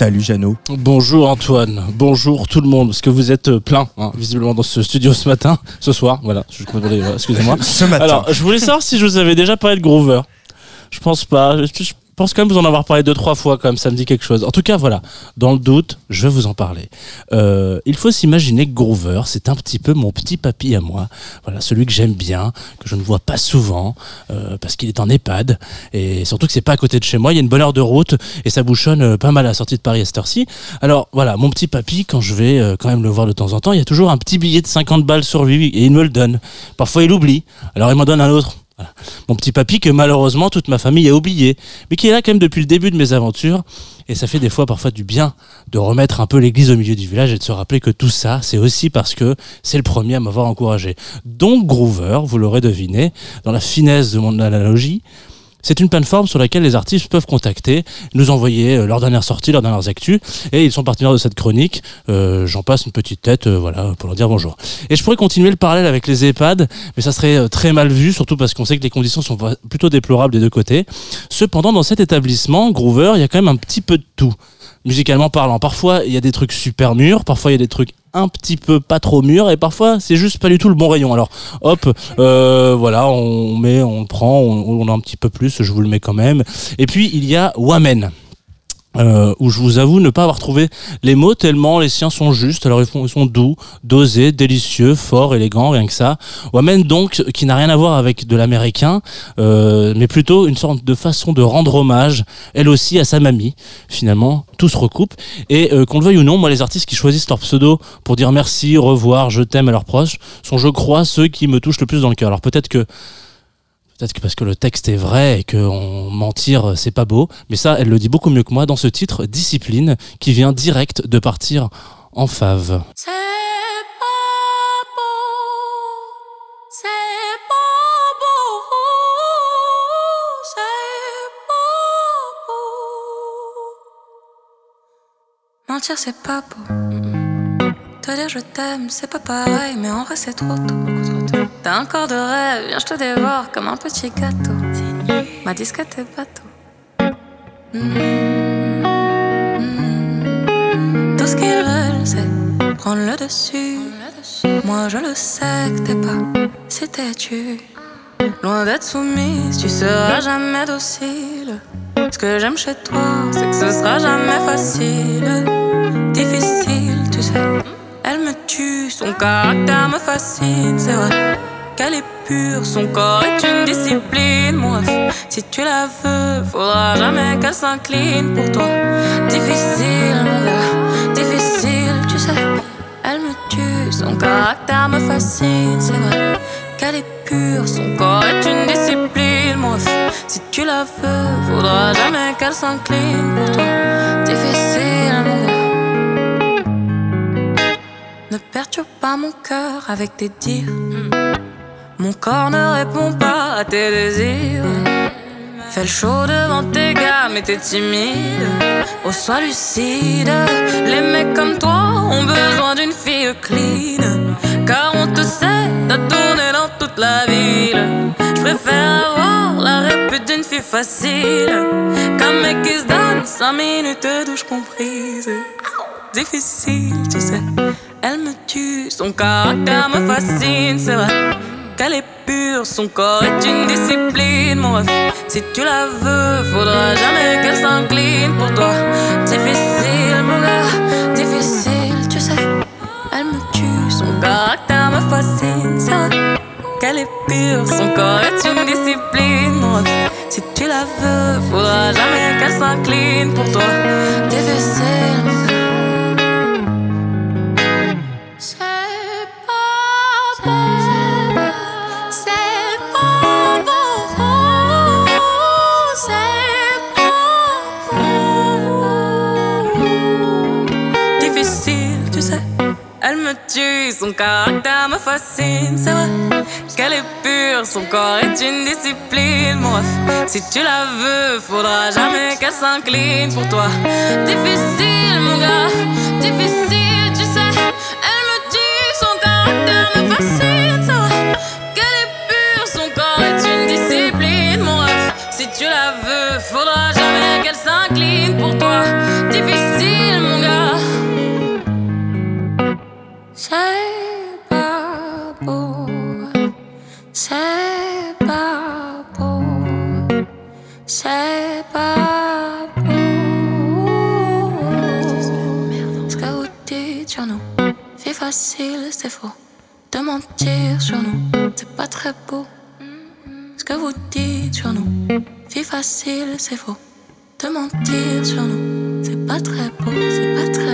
Salut Jeannot. Bonjour Antoine, bonjour tout le monde, parce que vous êtes plein, visiblement dans ce studio ce soir, voilà, excusez-moi. Ce matin. Alors, je voulais savoir si je vous avais déjà parlé de Groover. Je pense pas, je pense quand même vous en avoir parlé 2-3 fois quand même, ça me dit quelque chose. En tout cas, voilà, dans le doute, je vais vous en parler. Il faut s'imaginer que Groover, c'est un petit peu mon petit papy à moi. Voilà, celui que j'aime bien, que je ne vois pas souvent, parce qu'il est en EHPAD, et surtout que c'est pas à côté de chez moi, il y a une bonne heure de route, et ça bouchonne pas mal à la sortie de Paris à cette heure-ci. Alors voilà, mon petit papy, quand je vais quand même le voir de temps en temps, il y a toujours un petit billet de 50 balles sur lui, et il me le donne. Parfois il oublie, alors il m'en donne un autre. Voilà. Mon petit papy que malheureusement toute ma famille a oublié, mais qui est là quand même depuis le début de mes aventures, et ça fait parfois du bien de remettre un peu l'église au milieu du village et de se rappeler que tout ça c'est aussi parce que c'est le premier à m'avoir encouragé. Donc Groover, vous l'aurez deviné, dans la finesse de mon analogie, c'est une plateforme sur laquelle les artistes peuvent contacter, nous envoyer leurs dernières sorties, leurs dernières actus, et ils sont partenaires de cette chronique. J'en passe une petite tête, voilà, pour leur dire bonjour. Et je pourrais continuer le parallèle avec les EHPAD, mais ça serait très mal vu, surtout parce qu'on sait que les conditions sont plutôt déplorables des deux côtés. Cependant, dans cet établissement, Groover, il y a quand même un petit peu de tout. Musicalement parlant, parfois il y a des trucs super mûrs, parfois il y a des trucs un petit peu pas trop mûrs, et parfois c'est juste pas du tout le bon rayon. Alors hop, voilà, on le prend, on a un petit peu plus, je vous le mets quand même. Et puis il y a Wamen. Où je vous avoue ne pas avoir trouvé les mots tellement les siens sont justes. Alors ils sont doux, dosés, délicieux, forts, élégants, rien que ça. Wamen donc, qui n'a rien à voir avec de l'américain, mais plutôt une sorte de façon de rendre hommage, elle aussi, à sa mamie. Finalement, tout se recoupe. Et qu'on le veuille ou non, moi les artistes qui choisissent leur pseudo pour dire merci, au revoir, je t'aime à leurs proches, sont, je crois, ceux qui me touchent le plus dans le cœur. Alors peut-être que parce que le texte est vrai et que mentir c'est pas beau, mais ça elle le dit beaucoup mieux que moi dans ce titre Discipline qui vient direct de partir en fave. C'est pas beau, c'est pas beau, c'est pas beau. Mentir c'est pas beau. Te dire je t'aime c'est pas pareil, mais en vrai c'est trop tôt, beaucoup trop tôt. T'as un corps de rêve, viens je te dévore comme un petit gâteau. Ma disquette est bateau. Tout ce qu'ils veulent c'est prendre le dessus. Moi je le sais que t'es pas si têtu. Loin d'être soumise, tu seras jamais docile. Ce que j'aime chez toi, c'est que ce sera jamais facile. Difficile, tu sais. Elle me tue, son caractère me fascine, c'est vrai qu'elle est pure, son corps est une discipline. Mon ref, si tu la veux, faudra jamais qu'elle s'incline pour toi. Difficile, mon gars, difficile, tu sais. Elle me tue, son caractère me fascine, c'est vrai qu'elle est pure, son corps est une discipline. Mon ref, si tu la veux, faudra jamais qu'elle s'incline pour toi. Difficile, mon gars. Ne perturbe pas mon cœur avec tes dires. Mon corps ne répond pas à tes désirs. Fais le show devant tes gars, mais t'es timide. Oh, sois lucide. Les mecs comme toi ont besoin d'une fille clean. Car on te sait, t'as tourné dans toute la ville. Je préfère avoir la répute d'une fille facile qu'un mec qui se donne 5 minutes de douche comprise. Difficile, tu sais. Elle me tue, son caractère me fascine, c'est vrai qu'elle est pure, son corps est une discipline. Mon ref, si tu la veux, faudra jamais qu'elle s'incline pour toi. Difficile, mon gars, difficile, tu sais. Elle me tue, son caractère me fascine, c'est vrai qu'elle est pure, son corps est une discipline. Mon ref, si tu la veux, faudra jamais qu'elle s'incline pour toi. Difficile, mon gars. Elle me tue, son caractère me fascine, c'est vrai qu'elle est pure, son corps est une discipline. Mon ref, si tu la veux, faudra jamais qu'elle s'incline pour toi. Difficile, mon gars, difficile, tu sais. Elle me tue, son caractère me fascine, c'est vrai qu'elle est pure, son corps est une discipline. Mon ref, si tu la veux, faudra jamais qu'elle s'incline pour toi. Difficile. c'est pas beau. Ce que vous dites sur nous, vie facile, c'est faux. De mentir sur nous, c'est pas très beau. Ce que vous dites sur nous, vie facile, c'est faux. De mentir sur nous, c'est pas très beau, c'est pas très